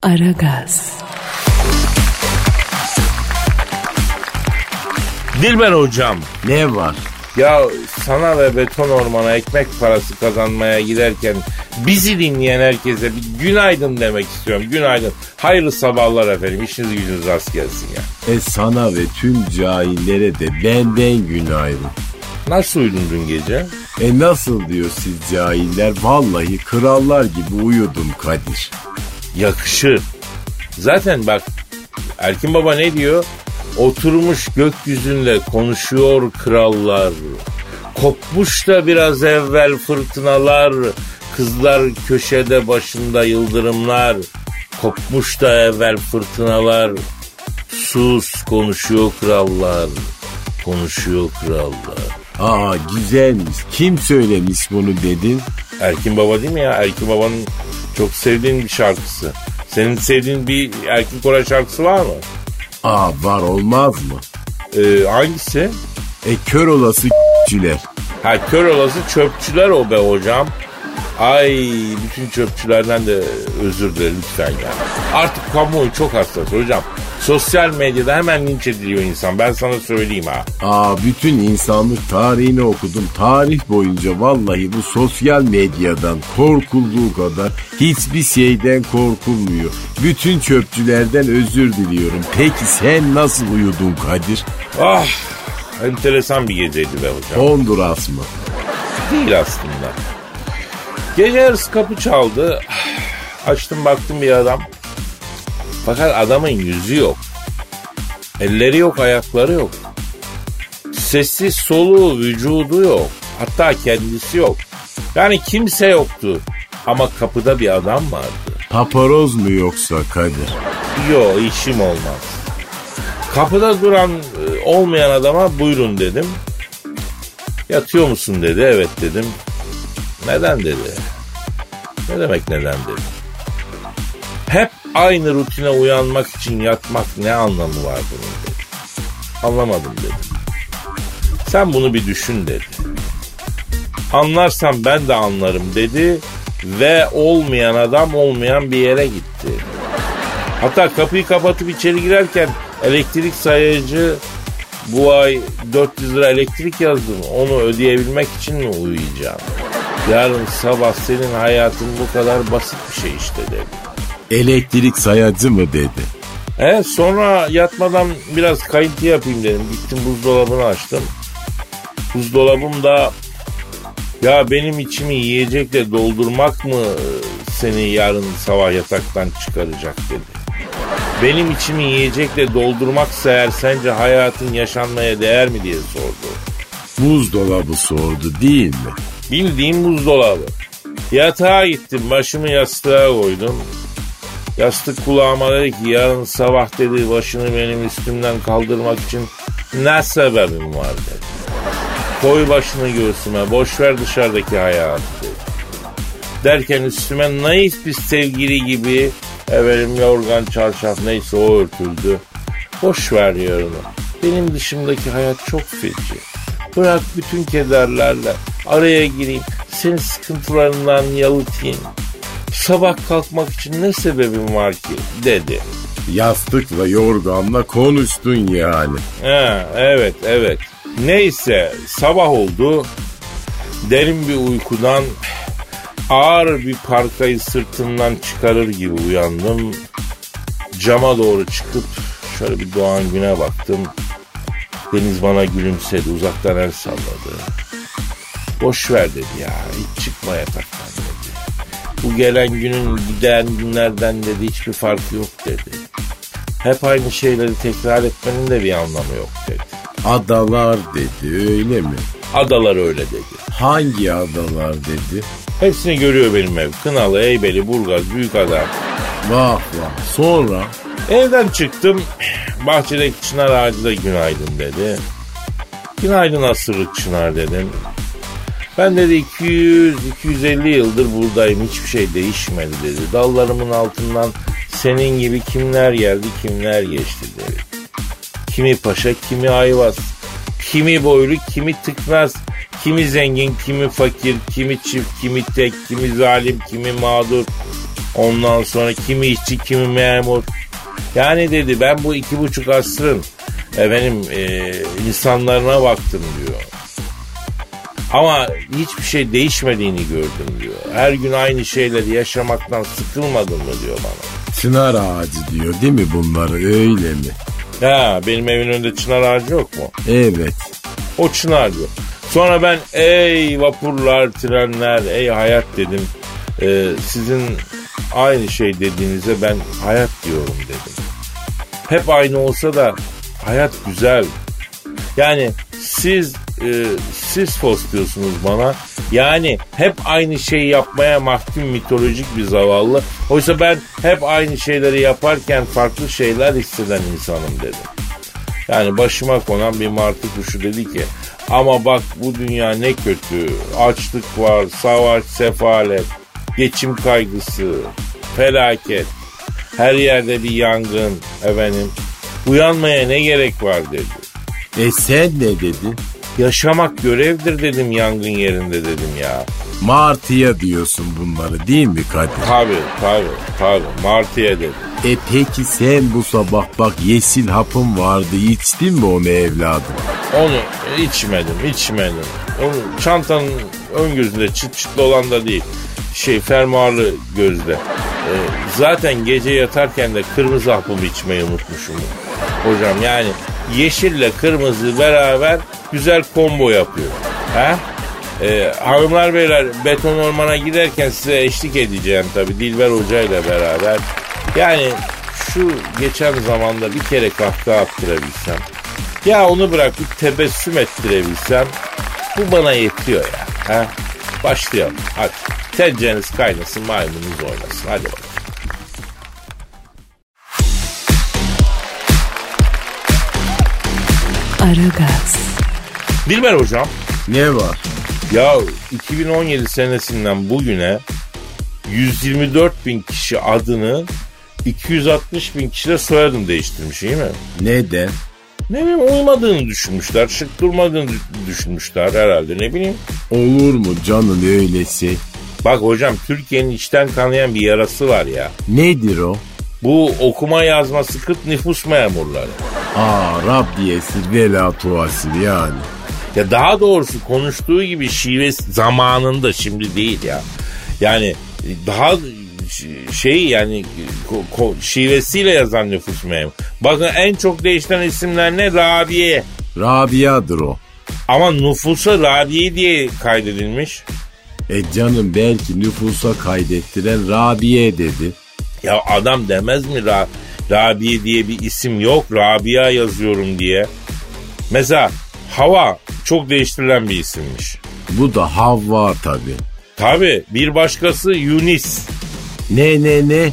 Aragaz. Dilber hocam. Ne var? Ya sana ve beton ormana ekmek parası kazanmaya giderken bizi dinleyen herkese bir günaydın demek istiyorum. Günaydın. Hayırlı sabahlar efendim. İşiniz gücünüz rast gelsin ya. Sana ve tüm cahillere de benden günaydın. Nasıl uyudun dün gece? Nasıl diyor siz cahiller? Vallahi krallar gibi uyudum Kadir. Yakışır. Zaten bak Erkin Baba ne diyor? Oturmuş gökyüzünde konuşuyor krallar. Kopmuş da biraz evvel fırtınalar. Kızlar köşede başında yıldırımlar. Kopmuş da evvel fırtınalar. Sus konuşuyor krallar. Konuşuyor krallar. Güzelmiş. Kim söylemiş bunu dedin? Erkin Baba değil mi ya? Erkin Baba'nın çok sevdiğin bir şarkısı. Senin sevdiğin bir Erkin Koray şarkısı var mı? Var olmaz mı? Hangisi? Kör olası ***'çüler. Kör olası çöpçüler o be hocam. Ay bütün çöpçülerden de özür dilerim lütfen ya. Artık kamuoyu çok hassas hocam. Sosyal medyada hemen linç ediliyor insan. Ben sana söyleyeyim ha. Bütün insanlık tarihini okudum. Tarih boyunca vallahi bu sosyal medyadan korkulduğu kadar hiçbir şeyden korkulmuyor. Bütün çöpçülerden özür diliyorum. Peki sen nasıl uyudun Kadir? Enteresan bir geceydi be hocam. Honduras mı? Değil aslında. Gece yarısı kapı çaldı. Açtım baktım bir adam. Fakat adamın yüzü yok. Elleri yok, ayakları yok. Sesi, soluğu, vücudu yok. Hatta kendisi yok. Yani kimse yoktu. Ama kapıda bir adam vardı. Paparoz mu yoksa Kadir? Yok, işim olmaz. Kapıda duran olmayan adama buyurun dedim. Yatıyor musun dedi. Evet dedim. Neden dedi. Ne demek neden dedi. Hep aynı rutine uyanmak için yatmak ne anlamı var bunun dedi. Anlamadım dedim. Sen bunu bir düşün dedi. Anlarsam ben de anlarım dedi. Ve olmayan adam olmayan bir yere gitti. Hatta kapıyı kapatıp içeri girerken elektrik sayacı bu ay 400 lira elektrik yazdım. Onu ödeyebilmek için mi uyuyacağım? Yarın sabah senin hayatın bu kadar basit bir şey işte dedi. Elektrik sayacı mı dedi? Sonra yatmadan biraz kayıntı yapayım dedim. Gittim buzdolabını açtım. Buzdolabımda ya benim içimi yiyecekle doldurmak mı seni yarın sabah yataktan çıkaracak dedi. Benim içimi yiyecekle doldurmaksa eğer sence hayatın yaşanmaya değer mi diye sordu. Buzdolabı sordu değil mi? Bildiğim buzdolabı. Yatağa gittim, başımı yastığa koydum. Yastık kulağıma dedi ki yarın sabah dedi başını benim üstümden kaldırmak için ne sebebim var dedi. Koy başını göğsüme, boş ver dışarıdaki hayatı dedi. Derken üstüme naif bir sevgili gibi efendim yorgan çarşaf neyse o örtüldü. Boş ver yarını. Benim dışımdaki hayat çok feci. Bırak bütün kederlerle araya gireyim. Senin sıkıntılarından yalıtayım. Sabah kalkmak için ne sebebim var ki dedi. Yastıkla yorganla konuştun yani. Evet. Neyse sabah oldu. Derin bir uykudan ağır bir parkayı sırtımdan çıkarır gibi uyandım. Cama doğru çıkıp şöyle bir doğan güne baktım. Deniz bana gülümsedi, uzaktan el salladı. Boş ver dedi ya, hiç çıkma yataktan dedi. Bu gelen günün giden günlerden dedi hiçbir farkı yok dedi. Hep aynı şeyleri tekrar etmenin de bir anlamı yok dedi. Adalar dedi, öyle mi? Adalar öyle dedi. Hangi adalar dedi? Hepsini görüyor benim ev. Kınalı, Eybeli, Burgaz, Büyükada. Vah. Sonra? Evden çıktım. Bahçedeki çınar ağacı da günaydın dedi. Günaydın asırlık çınar dedim. Ben dedi 200-250 yıldır buradayım. Hiçbir şey değişmedi dedi. Dallarımın altından senin gibi kimler geldi kimler geçti dedi. Kimi paşa, kimi ayvaz, kimi boylu, kimi tıknaz, kimi zengin, kimi fakir, kimi çift, kimi tek, kimi zalim, kimi mağdur. Ondan sonra kimi işçi kimi memur. Yani dedi ben bu 2,5 asrın insanlarına baktım diyor. Ama hiçbir şey değişmediğini gördüm diyor. Her gün aynı şeyleri yaşamaktan sıkılmadın mı diyor bana. Çınar ağacı diyor değil mi bunlar, öyle mi? Ha, benim evin önünde çınar ağacı yok mu? Evet. O çınar diyor. Sonra ben ey vapurlar, trenler, ey hayat dedim. Sizin aynı şey dediğinize ben hayat diyorum dedim. Hep aynı olsa da hayat güzel. Yani siz posluyorsunuz bana. Yani hep aynı şeyi yapmaya mahkum mitolojik bir zavallı. Oysa ben hep aynı şeyleri yaparken farklı şeyler hisseden insanım dedim. Yani başıma konan bir martı kuşu dedi ki ama bak bu dünya ne kötü. Açlık var, savaş, sefalet, geçim kaygısı, felaket. Her yerde bir yangın efendim. Uyanmaya ne gerek var dedi. Sen ne dedin? Yaşamak görevdir dedim yangın yerinde dedim ya. Martıya diyorsun bunları değil mi Kadir? Tabii Martıya dedim. Peki sen bu sabah bak yeşil hapım vardı, içtin mi onu evladım? Onu içmedim. Onu çantanın ön gözünde çıt çıtlı olan da değil. Fermuarlı gözde. Zaten gece yatarken de kırmızı hapımı içmeyi unutmuşum. Hocam yani yeşille kırmızı beraber güzel combo yapıyor. Ha? Hanımlar beyler beton ormana giderken size eşlik edeceğim tabii Dilber Hoca ile beraber. Yani şu geçen zamanda bir kere kahkaha attırabilsem. Ya onu bırak bir tebessüm ettirebilsem. Bu bana yetiyor ya. Ha? Başlayalım hadi. Tencereniz kaynasın maymununuz oynasın. Hadi bakalım. Aragaz. Dilber hocam. Ne var? Ya 2017 senesinden bugüne 124 bin kişi adını 260 bin kişi de soyadını değiştirmiş değil mi? Neden? Ne bileyim uymadığını düşünmüşler. Şık durmadığını düşünmüşler herhalde ne bileyim. Olur mu canım öylesi? Bak hocam Türkiye'nin içten kanayan bir yarası var ya. Nedir o? Bu okuma yazması kıt nüfus memurları. Rabbiyesi velatuası yani. Ya daha doğrusu konuştuğu gibi şivesi zamanında şimdi değil ya. Yani daha yani şivesiyle yazan nüfus memuru. Bakın en çok değişen isimler ne? Rabiye. Rabia'dır o. Ama nüfusa Rabiye diye kaydedilmiş. Canım belki nüfusa kaydettiren Rabiye dedi. Ya adam demez mi Rabiye diye bir isim yok, Rabia yazıyorum diye. Mesela Hava çok değiştirilen bir isimmiş. Bu da Havva tabii. Tabii bir başkası Yunis. Ne?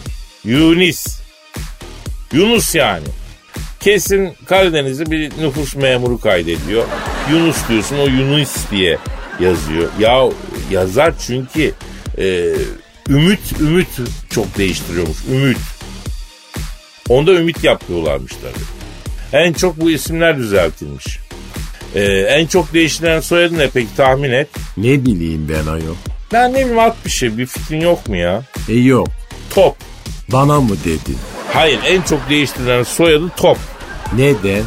Yunus yani. Kesin Karadeniz'de bir nüfus memuru kaydediyor. Yunus diyorsun o Yunus diye yazıyor. Ya yazar çünkü Ümit çok değiştiriyormuş. Ümit. Onda Ümit yapıyorlarmış tabii. En çok bu isimler düzeltilmiş. En çok değiştirilen soyadı ne peki tahmin et. Ne bileyim ben ayol. Ben ne bileyim at bir şey bir fikrin yok mu ya? Yok. Top. Bana mı dedin? Hayır en çok değiştirilen soyadı Top. Neden?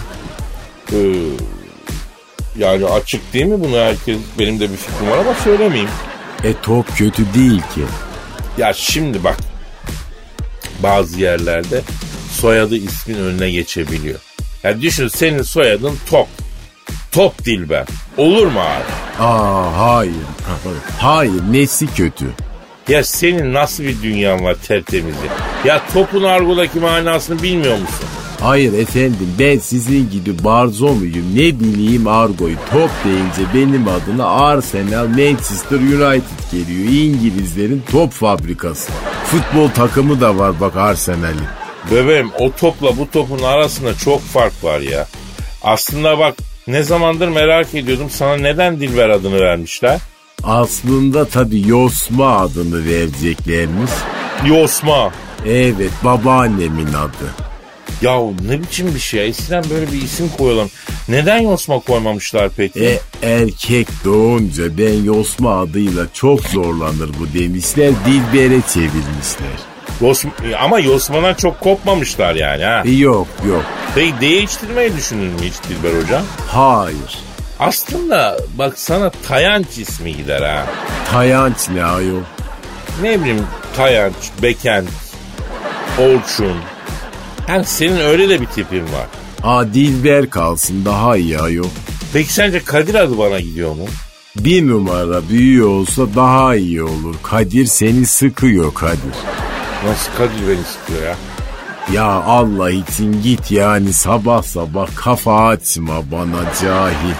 Yani açık değil mi bunu herkes benim de bir fikrim var ama söylemeyeyim. Top kötü değil ki. Ya şimdi bak bazı yerlerde soyadı ismin önüne geçebiliyor. Ya düşün senin soyadın Top. Top Dilber. Olur mu abi? Hayır. Hayır nesi kötü? Ya senin nasıl bir dünyan var tertemiz ya? Topun argodaki manasını bilmiyor musun? Hayır efendim ben sizin gibi barzo muyum ne bileyim argoyu. Top deyince benim adına Arsenal Manchester United geliyor. İngilizlerin top fabrikası. Futbol takımı da var bak Arsenal'in. Bebeğim o topla bu topun arasında çok fark var ya. Aslında bak ne zamandır merak ediyordum sana neden Dilber adını vermişler? Aslında tabii Yosma adını vereceklermiş. Yosma. Evet babaannemin adı. Ya ne biçim bir şey? Eskiden böyle bir isim koyalım. Neden Yosma koymamışlar peki? Erkek doğunca ben Yosma adıyla çok zorlanır bu demişler. Dilber'e çevirmişler. Ama Yosman'dan çok kopmamışlar yani ha. Yok. Peki değiştirmeyi düşünür mü hiç Dilber hocam? Hayır. Aslında bak sana Tayanç ismi gider ha. Tayanç ne ayol? Ne bileyim Tayanç, Bekent, Orçun. Yani senin öyle de bir tipin var. Dilber kalsın daha iyi ayol. Peki sence Kadir adı bana gidiyor mu? Bir numara büyüyor olsa daha iyi olur. Kadir seni sıkıyor Kadir. Nasıl Kadir beni sıkıyor ya? Ya Allah için git yani sabah sabah kafa açma bana cahil.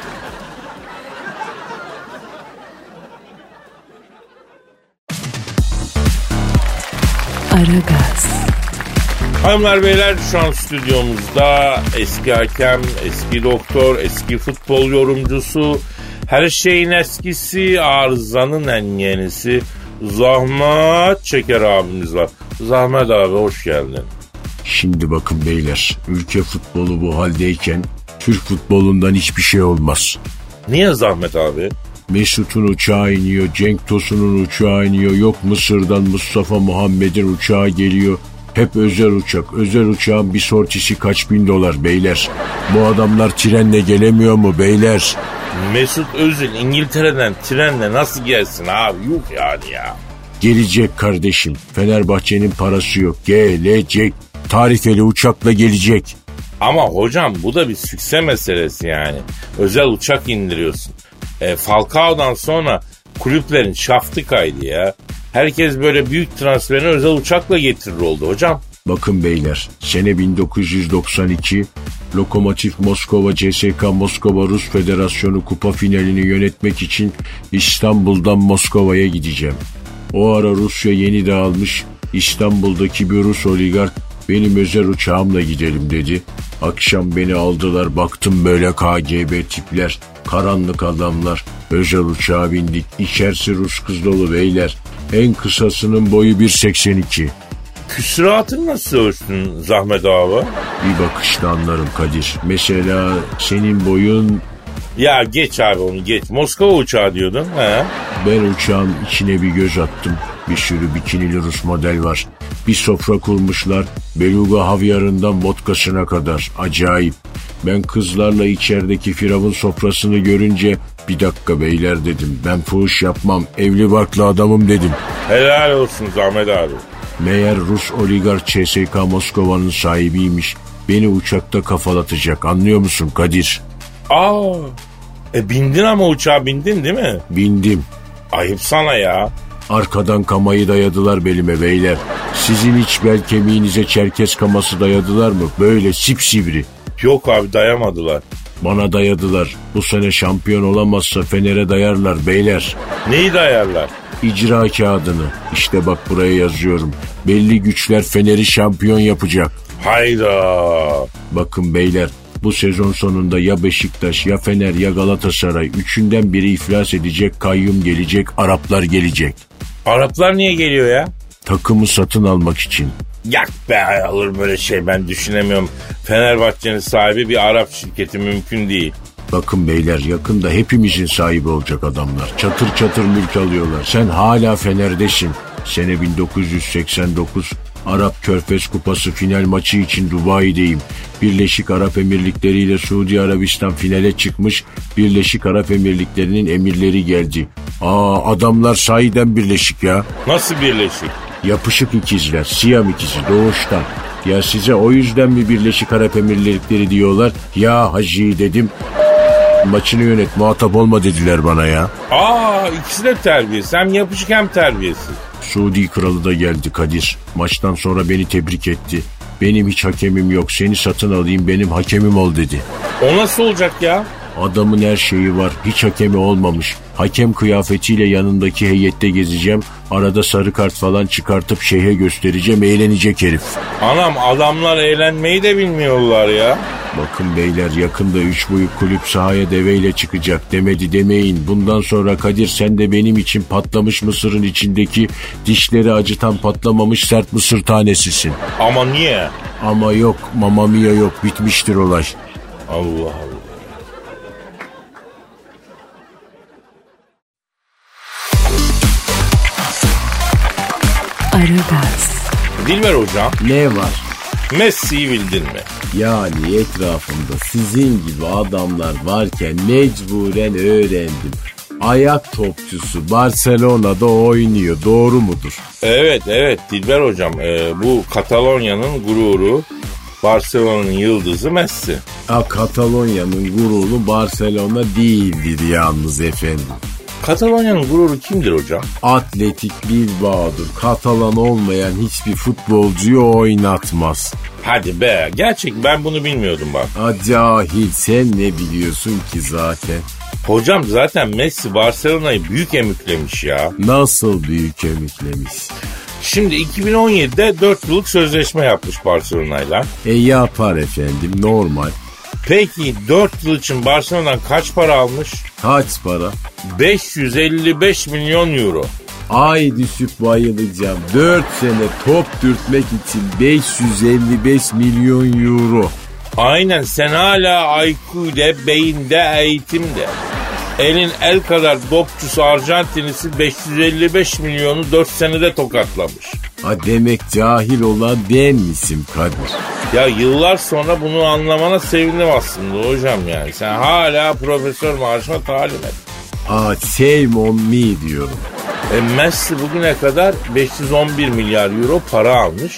Aragaz. Hanımlar beyler şu an stüdyomuzda eski hakem, eski doktor, eski futbol yorumcusu, her şeyin eskisi, arızanın en yenisi Zahmet Çeker abimiz var. Zahmet abi hoş geldin. Şimdi bakın beyler, ülke futbolu bu haldeyken Türk futbolundan hiçbir şey olmaz. Niye Zahmet abi? Mesut'un uçağı iniyor, Cenk Tosun'un uçağı iniyor, yok Mısır'dan Mustafa Muhammed'in uçağı geliyor. Hep özel uçak. Özel uçağın bir sortisi kaç bin dolar beyler. Bu adamlar trenle gelemiyor mu beyler? Mesut Özil İngiltere'den trenle nasıl gelsin abi? Yuh yani ya. Gelecek kardeşim. Fenerbahçe'nin parası yok. Gelecek. Tarifeli uçakla gelecek. Ama hocam bu da bir sükse meselesi yani. Özel uçak indiriyorsun. Falcao'dan sonra kulüplerin şaftı kaydı ya. Herkes böyle büyük transferini özel uçakla getirir oldu hocam. Bakın beyler, sene 1992 Lokomotiv Moskova CSKA Moskova Rus Federasyonu kupa finalini yönetmek için İstanbul'dan Moskova'ya gideceğim. O ara Rusya yeni dağılmış, İstanbul'daki bir Rus oligark benim özel uçağımla gidelim dedi. Akşam beni aldılar, baktım böyle KGB tipler, karanlık adamlar, özel uçağa bindik, içerisi Rus kız dolu beyler. En kısasının boyu 1.82. Küsuratını nasıl ölçtün Zahmet abi? Bir bakışta anlarım Kadir. Mesela senin boyun... Ya geç abi onu geç. Moskova uçağı diyordun. He? Ben uçağın içine bir göz attım. Bir sürü bikinili Rus model var. Bir sofra kurmuşlar. Beluga havyarından vodkasına kadar. Acayip. Ben kızlarla içerideki firavun sofrasını görünce bir dakika beyler dedim. Ben fuhuş yapmam. Evli barklı adamım dedim. Helal olsun Zahmet abi. Meğer Rus oligark CSKA Moskova'nın sahibiymiş. Beni uçakta kafalatacak, anlıyor musun Kadir? Bindin ama uçağa bindin değil mi? Bindim. Ayıp sana ya. Arkadan kamayı dayadılar belime beyler. Sizin hiç bel kemiğinize Çerkez kaması dayadılar mı? Böyle sipsivri. Yok abi dayamadılar. Bana dayadılar. Bu sene şampiyon olamazsa Fener'e dayarlar beyler. Neyi dayarlar? İcra kağıdını. İşte bak buraya yazıyorum. Belli güçler Fener'i şampiyon yapacak. Hayda. Bakın beyler, bu sezon sonunda ya Beşiktaş ya Fener ya Galatasaray üçünden biri iflas edecek, kayyum gelecek, Araplar gelecek. Araplar niye geliyor ya? Takımı satın almak için. Yak be, olur böyle şey, ben düşünemiyorum. Fenerbahçe'nin sahibi bir Arap şirketi, mümkün değil. Bakın beyler, yakında hepimizin sahibi olacak adamlar. Çatır çatır mülk alıyorlar. Sen hala Fener'desin. Sene 1989 Arap Körfez Kupası final maçı için Dubai'deyim. Birleşik Arap Emirlikleri ile Suudi Arabistan finale çıkmış. Birleşik Arap Emirlikleri'nin emirleri geldi. Adamlar sahiden birleşik ya. Nasıl birleşik? Yapışık ikizler, Siyam ikizi doğuştan. Ya size o yüzden mi Birleşik Arap Emirlikleri diyorlar? Ya hacı dedim. Maçını yönet, muhatap olma dediler bana ya. İkisi de terbiyesiz. Hem yapışık hem terbiyesiz. Suudi kralı da geldi Kadir. Maçtan sonra beni tebrik etti. Benim hiç hakemim yok, seni satın alayım, benim hakemim ol dedi. O nasıl olacak ya? Adamın her şeyi var, hiç hakemi olmamış. Hakem kıyafetiyle yanındaki heyette gezeceğim. Arada sarı kart falan çıkartıp şeyhe göstereceğim, eğlenecek herif. Anam, adamlar eğlenmeyi de bilmiyorlar ya. Bakın beyler, yakında 3 boyut kulüp sahaya deveyle çıkacak, demedi demeyin. Bundan sonra Kadir, sen de benim için patlamış mısırın içindeki dişleri acıtan patlamamış sert mısır tanesisin. Ama niye? Ama yok, Mamma Mia yok, bitmiştir olay. Allah Allah. Aragaz. Dilber hocam. Ne var? Messi'yi bildin mi? Yani etrafımda sizin gibi adamlar varken mecburen öğrendim. Ayak topçusu Barcelona'da oynuyor. Doğru mudur? Evet Dilber hocam. Bu Katalonya'nın gururu, Barcelona'nın yıldızı Messi. Katalonya'nın gururu Barcelona değildir yalnız efendim. Katalonya'nın gururu kimdir hocam? Atletik Bilbao'dur. Katalan olmayan hiçbir futbolcuyu oynatmaz. Hadi be, gerçek, ben bunu bilmiyordum bak. Cahil, sen ne biliyorsun ki zaten? Hocam zaten Messi Barcelona'yı büyük emüklemiş ya. Nasıl büyük emüklemiş? Şimdi 2017'de 4 yıllık sözleşme yapmış Barcelona'yla. Yapar efendim, normal. Peki 4 yıl için Barcelona'dan kaç para almış? Kaç para? 555 milyon euro. Ay düşüp bayılacağım. 4 sene top dürtmek için 555 milyon euro. Aynen, sen hala IQ'de, beyinde, eğitimde. Elin el kadar topçusu Arjantinlisi 555 milyonu 4 senede tokatlamış. Demek cahil olan ben misin Kadir? Ya yıllar sonra bunu anlamana sevindim aslında hocam yani. Sen hala profesör maaşına talim et. Shame on me diyorum. Messi bugüne kadar 511 milyar euro para almış.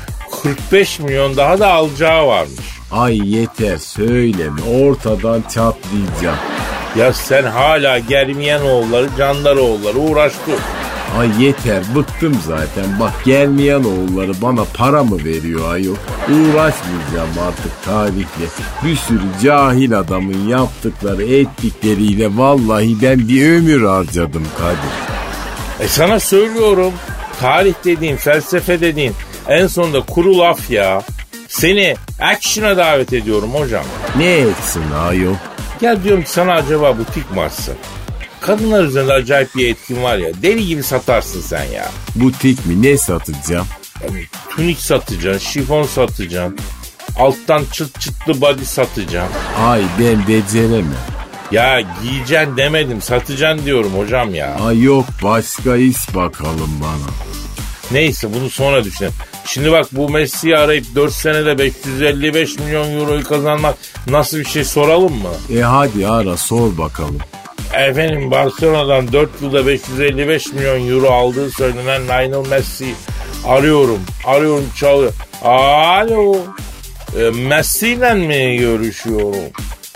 45 milyon daha da alacağı varmış. Ay yeter söyleme, ortadan çatlayacağım. Ya sen hala Germiyanoğulları, Candaroğulları uğraştın. Ay yeter, bıktım zaten. Bak, gelmeyen oğulları bana para mı veriyor ayol? Uğraşmayacağım artık tarihle. Bir sürü cahil adamın yaptıkları, ettikleriyle vallahi ben bir ömür harcadım Kadir. Sana söylüyorum, tarih dediğin, felsefe dediğin en sonunda kuru laf ya. Seni action'a davet ediyorum hocam. Ne etsin ayol? Gel diyorum ki sana, acaba butik mi açsın? Kadınlar üzerinde acayip bir etkin var ya. Deli gibi satarsın sen ya. Butik mi? Ne satacağım? Yani tunik satacaksın, şifon satacaksın. Alttan çıt çıtlı body satacaksın. Ay ben beceremem. Ya giyeceksin demedim, satacaksın diyorum hocam ya. Ay yok, başka iş bakalım bana. Neyse, bunu sonra düşünelim. Şimdi bak, bu Messi'yi arayıp 4 senede 555 milyon euroyu kazanmak nasıl bir şey soralım mı? Hadi ara, sor bakalım. Efendim, Barcelona'dan 4 yılda 555 milyon euro aldığı söylenen Lionel Messi arıyorum çalıyor. Alo, Messi'yle mi görüşüyorum?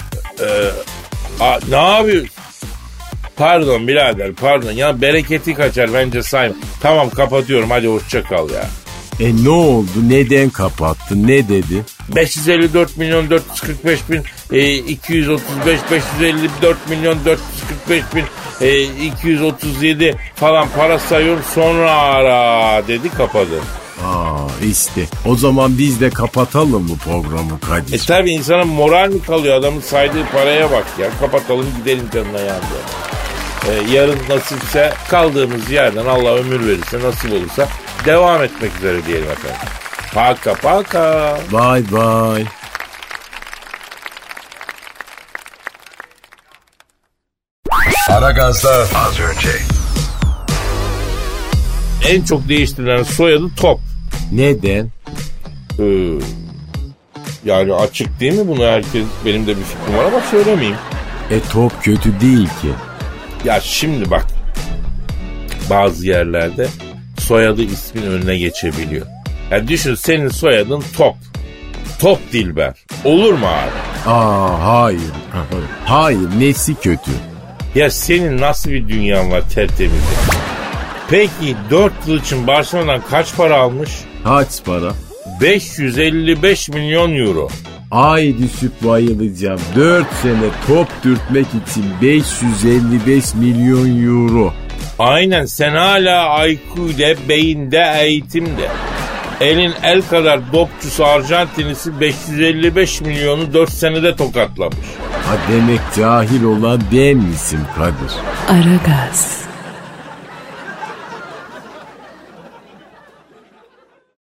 Ne yapıyorsun? Pardon birader, pardon ya, bereketi kaçar, bence sayma. Tamam, kapatıyorum, hadi hoşça kal ya. Ne oldu? Neden kapattın? Ne dedi? 554 milyon 445 bin 235, 554 milyon 445 bin 237 falan para sayıyorum, sonra ara dedi, kapadı. İşte o zaman biz de kapatalım bu programı Kadir. Tabi, insanın moral mi kalıyor, adamın saydığı paraya bak ya. Kapatalım, gidelim canına yani. Yarın nasipse kaldığımız yerden, Allah ömür verirse, nasip olursa devam etmek üzere diyelim efendim. Paka paka. Bye bye. Aragaz'da az önce. En çok değiştirilen soyadı Top. Neden? Yani açık değil mi bunu, herkes, benim de bir fikrim var ama söylemeyeyim. Top kötü değil ki. Ya şimdi bak, bazı yerlerde soyadı ismin önüne geçebiliyor. Ya düşün, senin soyadın Top. Top Dilber. Olur mu abi? Hayır. Hayır, nesi kötü? Ya senin nasıl bir dünyan var tertemiz? Peki 4 yıl için Barcelona'dan kaç para almış? Kaç para? 555 milyon euro. Ay düşüp bayılacağım. 4 sene top dürtmek için 555 milyon euro. Aynen, sen hala IQ'de, beyinde, eğitimde. Elin el kadar topçusu Arjantinlisi 555 milyonu 4 senede tokatlamış. Demek cahil olan ben misin Kadir? Aragaz.